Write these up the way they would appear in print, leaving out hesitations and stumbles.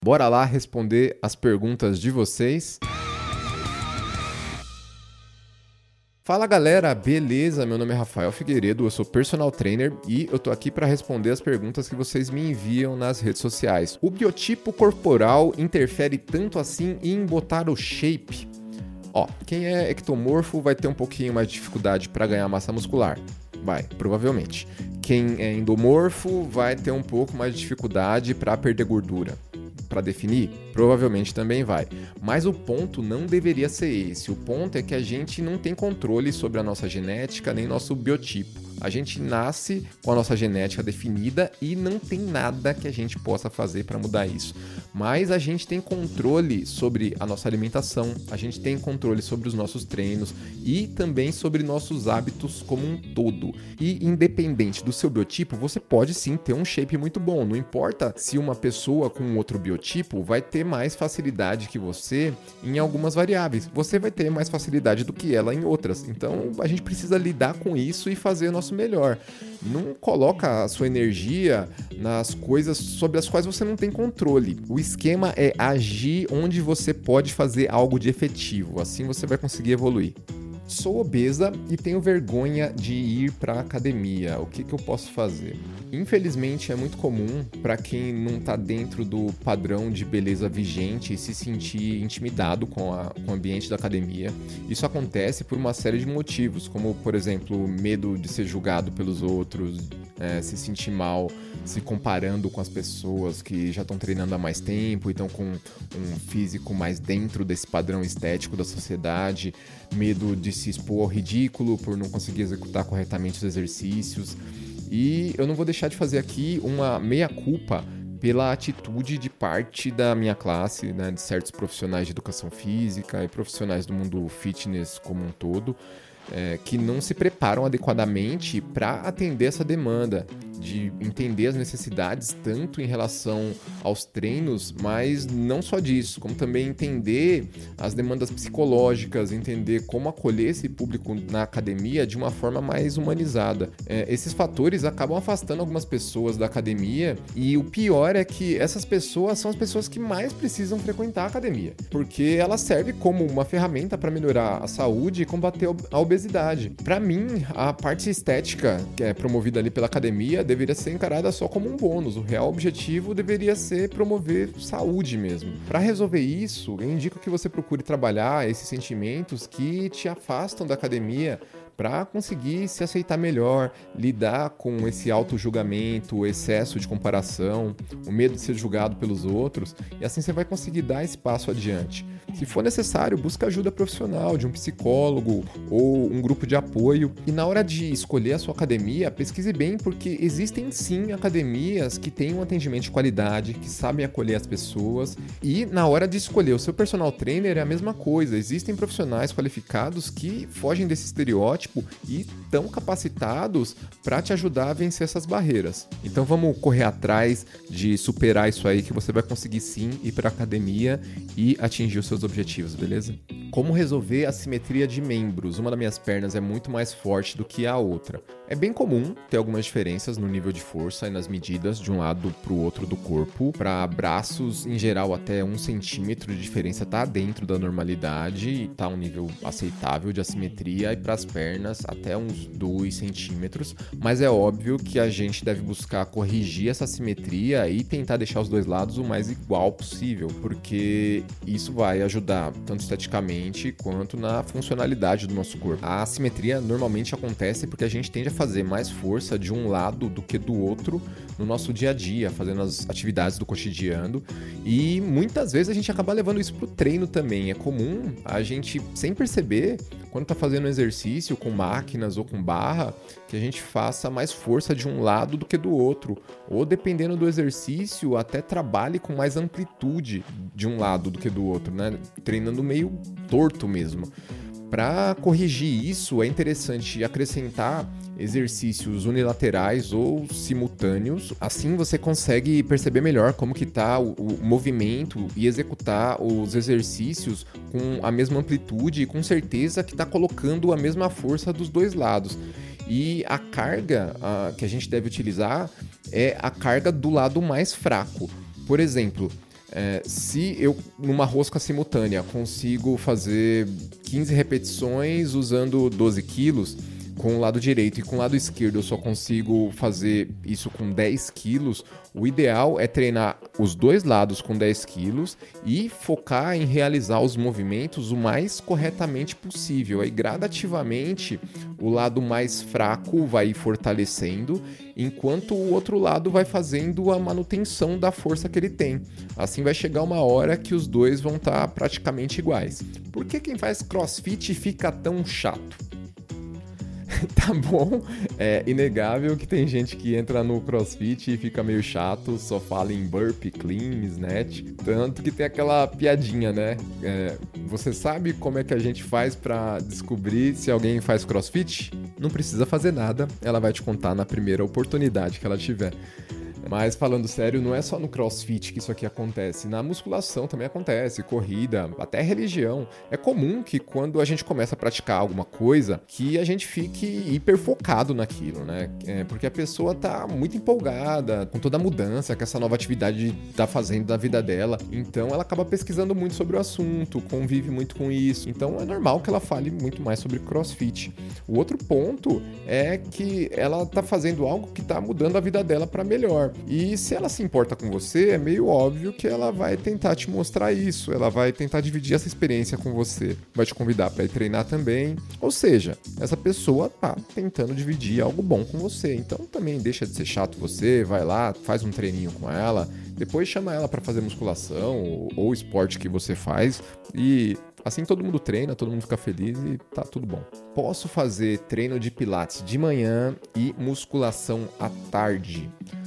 Bora lá responder as perguntas de vocês. Fala galera, beleza? Meu nome é Rafael Figueiredo, eu sou personal trainer e eu tô aqui para responder as perguntas que vocês me enviam nas redes sociais. O biotipo corporal interfere tanto assim em botar o shape? Quem é ectomorfo vai ter um pouquinho mais de dificuldade para ganhar massa muscular. Vai, provavelmente. Quem é endomorfo vai ter um pouco mais de dificuldade para perder gordura. Para definir, provavelmente também vai. Mas o ponto não deveria ser esse. O ponto é que a gente não tem controle sobre a nossa genética nem nosso biotipo. A gente nasce com a nossa genética definida e não tem nada que a gente possa fazer para mudar isso. Mas a gente tem controle sobre a nossa alimentação, a gente tem controle sobre os nossos treinos e também sobre nossos hábitos como um todo. E independente do seu biotipo, você pode sim ter um shape muito bom. Não importa se uma pessoa com outro biotipo vai ter mais facilidade que você em algumas variáveis. Você vai ter mais facilidade do que ela em outras. Então a gente precisa lidar com isso e fazer o nosso melhor. Não coloca a sua energia nas coisas sobre as quais você não tem controle. O esquema é agir onde você pode fazer algo de efetivo. Assim você vai conseguir evoluir. Sou obesa e tenho vergonha de ir para academia. O que eu posso fazer? Infelizmente é muito comum para quem não está dentro do padrão de beleza vigente se sentir intimidado com o ambiente da academia. Isso acontece por uma série de motivos, como por exemplo, medo de ser julgado pelos outros, se sentir mal se comparando com as pessoas que já estão treinando há mais tempo e estão com um físico mais dentro desse padrão estético da sociedade, medo de se expor ao ridículo por não conseguir executar corretamente os exercícios. E eu não vou deixar de fazer aqui uma meia-culpa pela atitude de parte da minha classe, né, de certos profissionais de educação física e profissionais do mundo fitness como um todo, que não se preparam adequadamente para atender essa demanda, de entender as necessidades tanto em relação aos treinos, mas não só disso, como também entender as demandas psicológicas, entender como acolher esse público na academia de uma forma mais humanizada. Esses fatores acabam afastando algumas pessoas da academia e o pior é que essas pessoas são as pessoas que mais precisam frequentar a academia, porque ela serve como uma ferramenta para melhorar a saúde e combater a obesidade. Para mim, a parte estética que é promovida ali pela academia deveria ser encarada só como um bônus. O real objetivo deveria ser promover saúde mesmo. Para resolver isso, eu indico que você procure trabalhar esses sentimentos que te afastam da academia para conseguir se aceitar melhor, lidar com esse auto-julgamento, o excesso de comparação, o medo de ser julgado pelos outros, e assim você vai conseguir dar esse passo adiante. Se for necessário, busca ajuda profissional de um psicólogo ou um grupo de apoio. E na hora de escolher a sua academia, pesquise bem, porque existem sim academias que têm um atendimento de qualidade, que sabem acolher as pessoas. E na hora de escolher o seu personal trainer é a mesma coisa. Existem profissionais qualificados que fogem desse estereótipo e estão capacitados para te ajudar a vencer essas barreiras. Então vamos correr atrás de superar isso aí, que você vai conseguir sim ir para a academia e atingir os seus objetivos, beleza? Como resolver a simetria de membros? Uma das minhas pernas é muito mais forte do que a outra. É bem comum ter algumas diferenças no nível de força e nas medidas de um lado para o outro do corpo. Para braços, em geral, até 1 centímetro de diferença está dentro da normalidade e está um nível aceitável de assimetria. E para as pernas, até uns 2 centímetros. Mas é óbvio que a gente deve buscar corrigir essa assimetria e tentar deixar os dois lados o mais igual possível, porque isso vai ajudar tanto esteticamente quanto na funcionalidade do nosso corpo. A assimetria normalmente acontece porque a gente tende a fazer mais força de um lado do que do outro no nosso dia a dia, fazendo as atividades do cotidiano, e muitas vezes a gente acaba levando isso pro treino também. É comum a gente, sem perceber, quando tá fazendo um exercício com máquinas ou com barra, que a gente faça mais força de um lado do que do outro, ou dependendo do exercício, até trabalhe com mais amplitude de um lado do que do outro, né? Treinando meio torto mesmo. Para corrigir isso, é interessante acrescentar exercícios unilaterais ou simultâneos. Assim você consegue perceber melhor como que está o movimento e executar os exercícios com a mesma amplitude e com certeza que está colocando a mesma força dos dois lados. E a carga que a gente deve utilizar é a carga do lado mais fraco. Por exemplo, Se eu, numa rosca simultânea, consigo fazer 15 repetições usando 12 quilos, com o lado direito e com o lado esquerdo eu só consigo fazer isso com 10 quilos, o ideal é treinar os dois lados com 10 quilos e focar em realizar os movimentos o mais corretamente possível. Aí, gradativamente, o lado mais fraco vai ir fortalecendo, enquanto o outro lado vai fazendo a manutenção da força que ele tem. Assim vai chegar uma hora que os dois vão estar praticamente iguais. Por que quem faz CrossFit fica tão chato? Tá bom, é inegável que tem gente que entra no CrossFit e fica meio chato, só fala em burpee, clean, snatch, tanto que tem aquela piadinha, né? Você sabe como é que a gente faz pra descobrir se alguém faz CrossFit? Não precisa fazer nada, ela vai te contar na primeira oportunidade que ela tiver. Mas falando sério, não é só no CrossFit que isso aqui acontece. Na musculação também acontece, corrida, até religião. É comum que quando a gente começa a praticar alguma coisa, que a gente fique hiper focado naquilo, né? Porque a pessoa tá muito empolgada com toda a mudança que essa nova atividade tá fazendo da vida dela. Então ela acaba pesquisando muito sobre o assunto, convive muito com isso. Então é normal que ela fale muito mais sobre CrossFit. O outro ponto é que ela tá fazendo algo que tá mudando a vida dela para melhor. E se ela se importa com você, é meio óbvio que ela vai tentar te mostrar isso, ela vai tentar dividir essa experiência com você, vai te convidar para ir treinar também. Ou seja, essa pessoa tá tentando dividir algo bom com você, então também deixa de ser chato você, vai lá, faz um treininho com ela, depois chama ela para fazer musculação ou esporte que você faz e assim todo mundo treina, todo mundo fica feliz e tá tudo bom. Posso fazer treino de pilates de manhã e musculação à tarde?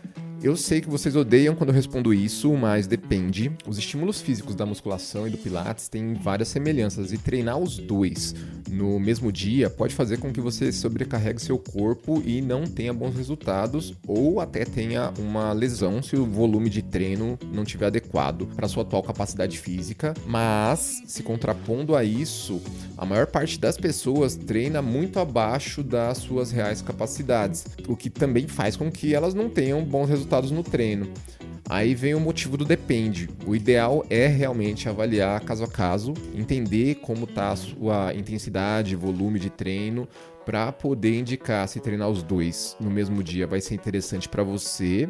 Eu sei que vocês odeiam quando eu respondo isso, mas depende. Os estímulos físicos da musculação e do pilates têm várias semelhanças e treinar os dois no mesmo dia pode fazer com que você sobrecarregue seu corpo e não tenha bons resultados ou até tenha uma lesão se o volume de treino não estiver adequado para sua atual capacidade física. Mas, se contrapondo a isso, a maior parte das pessoas treina muito abaixo das suas reais capacidades, o que também faz com que elas não tenham bons resultados no treino. Aí vem o motivo do depende. O ideal é realmente avaliar caso a caso, entender como está a sua intensidade, volume de treino, para poder indicar se treinar os dois no mesmo dia vai ser interessante para você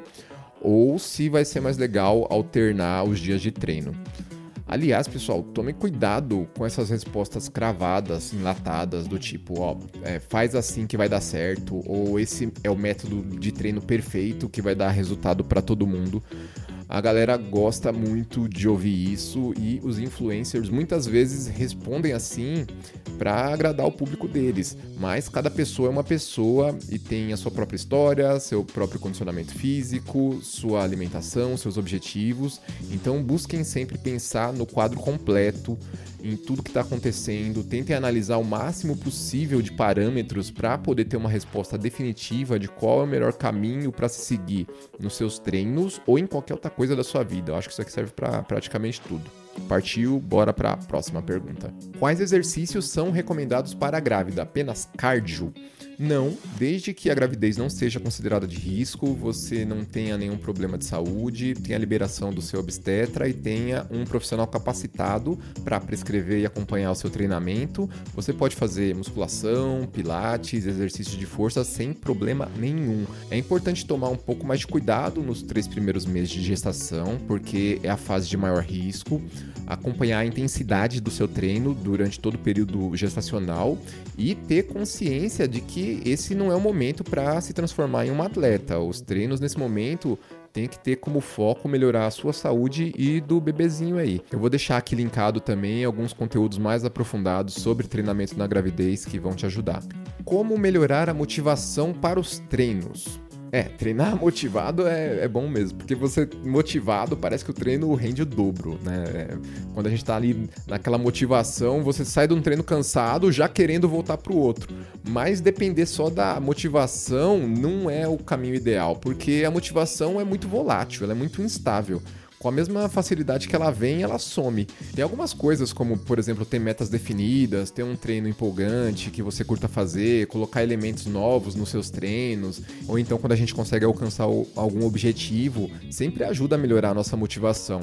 ou se vai ser mais legal alternar os dias de treino. Aliás, pessoal, tome cuidado com essas respostas cravadas, enlatadas, do tipo, faz assim que vai dar certo, ou esse é o método de treino perfeito que vai dar resultado para todo mundo. A galera gosta muito de ouvir isso e os influencers muitas vezes respondem assim para agradar o público deles, mas cada pessoa é uma pessoa e tem a sua própria história, seu próprio condicionamento físico, sua alimentação, seus objetivos, então busquem sempre pensar no quadro completo, em tudo que está acontecendo, tentem analisar o máximo possível de parâmetros para poder ter uma resposta definitiva de qual é o melhor caminho para se seguir nos seus treinos ou em qualquer outra coisa da sua vida. Eu acho que isso aqui serve para praticamente tudo. Partiu, bora para a próxima pergunta. Quais exercícios são recomendados para a grávida? Apenas cardio? Não, desde que a gravidez não seja considerada de risco, você não tenha nenhum problema de saúde, tenha a liberação do seu obstetra e tenha um profissional capacitado para prescrever e acompanhar o seu treinamento, você pode fazer musculação, pilates, exercícios de força sem problema nenhum. É importante tomar um pouco mais de cuidado nos 3 primeiros meses de gestação, porque é a fase de maior risco, acompanhar a intensidade do seu treino durante todo o período gestacional e ter consciência de que esse não é o momento para se transformar em uma atleta. Os treinos nesse momento tem que ter como foco melhorar a sua saúde e do bebezinho aí. Eu vou deixar aqui linkado também alguns conteúdos mais aprofundados sobre treinamento na gravidez que vão te ajudar. Como melhorar a motivação para os treinos? Treinar motivado é bom mesmo, porque você motivado parece que o treino rende o dobro, né? Quando a gente tá ali naquela motivação, você sai de um treino cansado já querendo voltar pro outro. Mas depender só da motivação não é o caminho ideal, porque a motivação é muito volátil, ela é muito instável. Com a mesma facilidade que ela vem, ela some. Tem algumas coisas como, por exemplo, ter metas definidas, ter um treino empolgante que você curta fazer, colocar elementos novos nos seus treinos, ou então quando a gente consegue alcançar algum objetivo, sempre ajuda a melhorar a nossa motivação.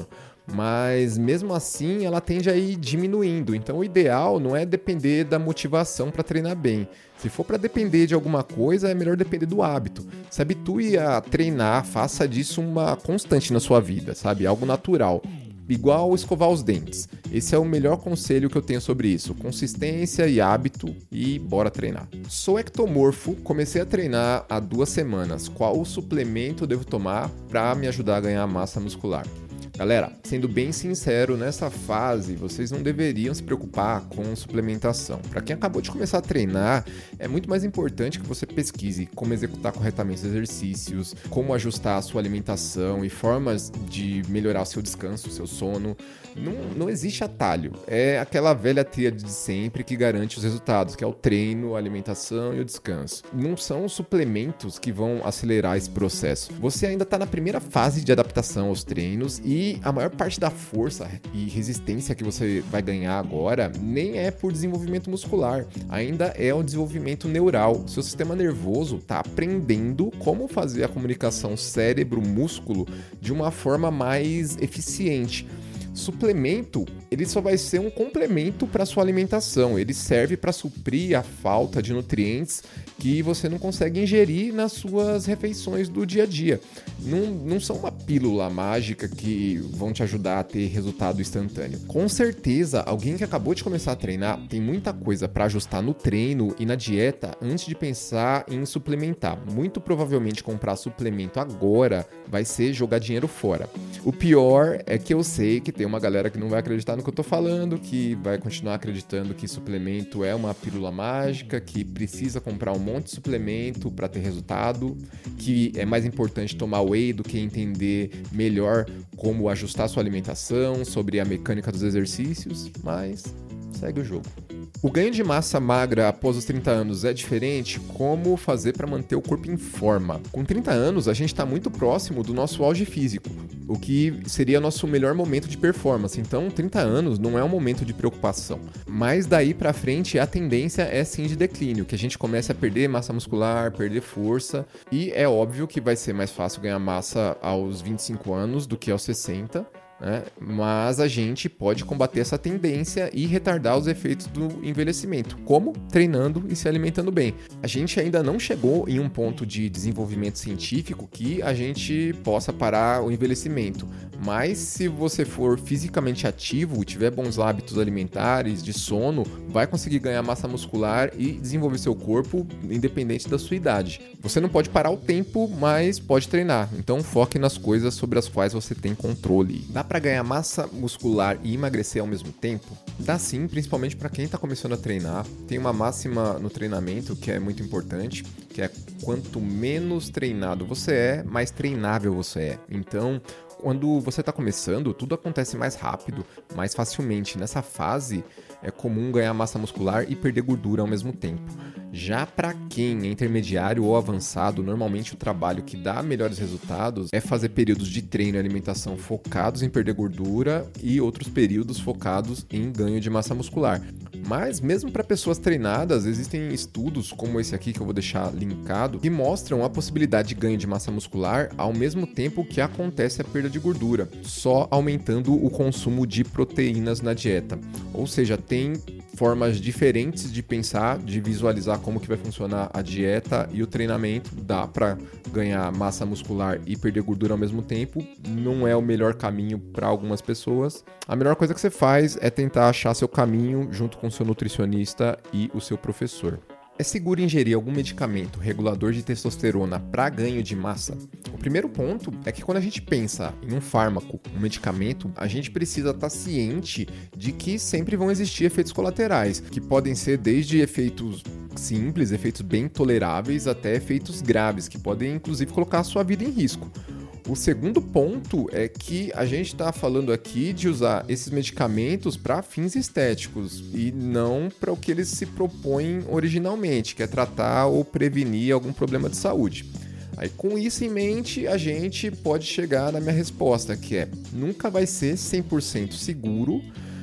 mas mesmo assim ela tende a ir diminuindo. Então o ideal não é depender da motivação para treinar bem. Se for para depender de alguma coisa, é melhor depender do hábito. Se habitue a treinar, faça disso uma constante na sua vida, sabe? Algo natural. Igual escovar os dentes. Esse é o melhor conselho que eu tenho sobre isso. Consistência e hábito e bora treinar. Sou ectomorfo, comecei a treinar há 2 semanas. Qual suplemento eu devo tomar para me ajudar a ganhar massa muscular? Galera, sendo bem sincero, nessa fase vocês não deveriam se preocupar com suplementação. Para quem acabou de começar a treinar, é muito mais importante que você pesquise como executar corretamente os exercícios, como ajustar a sua alimentação e formas de melhorar o seu descanso, o seu sono. Não existe atalho. É aquela velha tríade de sempre que garante os resultados, que é o treino, a alimentação e o descanso. Não são os suplementos que vão acelerar esse processo. Você ainda está na primeira fase de adaptação aos treinos e a maior parte da força e resistência que você vai ganhar agora nem é por desenvolvimento muscular, ainda é o desenvolvimento neural. Seu sistema nervoso está aprendendo como fazer a comunicação cérebro-músculo de uma forma mais eficiente. Suplemento, ele só vai ser um complemento para sua alimentação. Ele serve para suprir a falta de nutrientes que você não consegue ingerir nas suas refeições do dia a dia. Não são uma pílula mágica que vão te ajudar a ter resultado instantâneo. Com certeza, alguém que acabou de começar a treinar tem muita coisa para ajustar no treino e na dieta antes de pensar em suplementar. Muito provavelmente comprar suplemento agora vai ser jogar dinheiro fora. O pior é que eu sei que tem uma galera que não vai acreditar no que eu tô falando, que vai continuar acreditando que suplemento é uma pílula mágica, que precisa comprar um monte de suplemento para ter resultado, que é mais importante tomar whey do que entender melhor como ajustar sua alimentação, sobre a mecânica dos exercícios, mas segue o jogo. O ganho de massa magra após os 30 anos é diferente? Como fazer para manter o corpo em forma? Com 30 anos, a gente está muito próximo do nosso auge físico, o que seria nosso melhor momento de performance. Então, 30 anos não é um momento de preocupação. Mas daí para frente, a tendência é sim de declínio, que a gente comece a perder massa muscular, perder força, e é óbvio que vai ser mais fácil ganhar massa aos 25 anos do que aos 60, né? Mas a gente pode combater essa tendência e retardar os efeitos do envelhecimento. Como? Treinando e se alimentando bem. A gente ainda não chegou em um ponto de desenvolvimento científico que a gente possa parar o envelhecimento. Mas se você for fisicamente ativo e tiver bons hábitos alimentares, de sono, vai conseguir ganhar massa muscular e desenvolver seu corpo independente da sua idade. Você não pode parar o tempo, mas pode treinar. Então foque nas coisas sobre as quais você tem controle. Dá para ganhar massa muscular e emagrecer ao mesmo tempo? Dá sim, principalmente para quem está começando a treinar. Tem uma máxima no treinamento que é muito importante, que é quanto menos treinado você é, mais treinável você é. Então, quando você está começando, tudo acontece mais rápido, mais facilmente. Nessa fase, é comum ganhar massa muscular e perder gordura ao mesmo tempo. Já para quem é intermediário ou avançado, normalmente o trabalho que dá melhores resultados é fazer períodos de treino e alimentação focados em perder gordura e outros períodos focados em ganho de massa muscular. Mas mesmo para pessoas treinadas, existem estudos como esse aqui que eu vou deixar linkado, que mostram a possibilidade de ganho de massa muscular ao mesmo tempo que acontece a perda de gordura, só aumentando o consumo de proteínas na dieta. Ou seja, tem formas diferentes de pensar, de visualizar como que vai funcionar a dieta e o treinamento. Dá para ganhar massa muscular e perder gordura ao mesmo tempo. Não é o melhor caminho para algumas pessoas. A melhor coisa que você faz é tentar achar seu caminho junto com seu nutricionista e o seu professor. É seguro ingerir algum medicamento regulador de testosterona para ganho de massa? O primeiro ponto é que quando a gente pensa em um fármaco, um medicamento, a gente precisa estar ciente de que sempre vão existir efeitos colaterais, que podem ser desde efeitos simples, efeitos bem toleráveis, até efeitos graves, que podem inclusive colocar a sua vida em risco. O segundo ponto é que a gente está falando aqui de usar esses medicamentos para fins estéticos e não para o que eles se propõem originalmente, que é tratar ou prevenir algum problema de saúde. Aí, com isso em mente, a gente pode chegar na minha resposta, que é: nunca vai ser 100% seguro,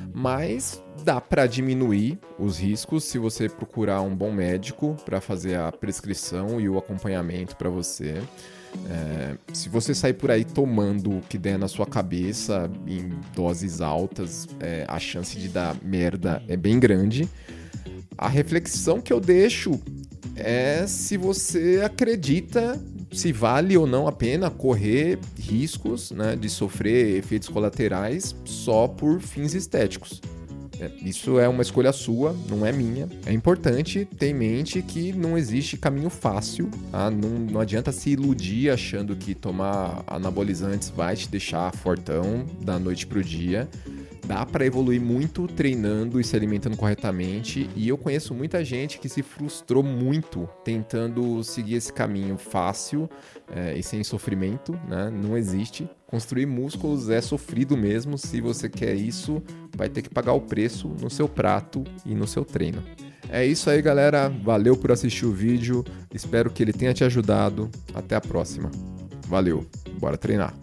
mas dá para diminuir os riscos se você procurar um bom médico para fazer a prescrição e o acompanhamento para você. Se você sair por aí tomando o que der na sua cabeça em doses altas, a chance de dar merda é bem grande. A reflexão que eu deixo é se você acredita se vale ou não a pena correr riscos, né, de sofrer efeitos colaterais só por fins estéticos. Isso é uma escolha sua, não é minha. É importante ter em mente que não existe caminho fácil, tá? Não adianta se iludir achando que tomar anabolizantes vai te deixar fortão da noite pro dia. Dá para evoluir muito treinando e se alimentando corretamente, e eu conheço muita gente que se frustrou muito tentando seguir esse caminho fácil e sem sofrimento, né? Não existe. Construir músculos é sofrido mesmo. Se você quer isso, vai ter que pagar o preço no seu prato e no seu treino. É isso aí, galera. Valeu por assistir o vídeo. Espero que ele tenha te ajudado. Até a próxima. Valeu. Bora treinar.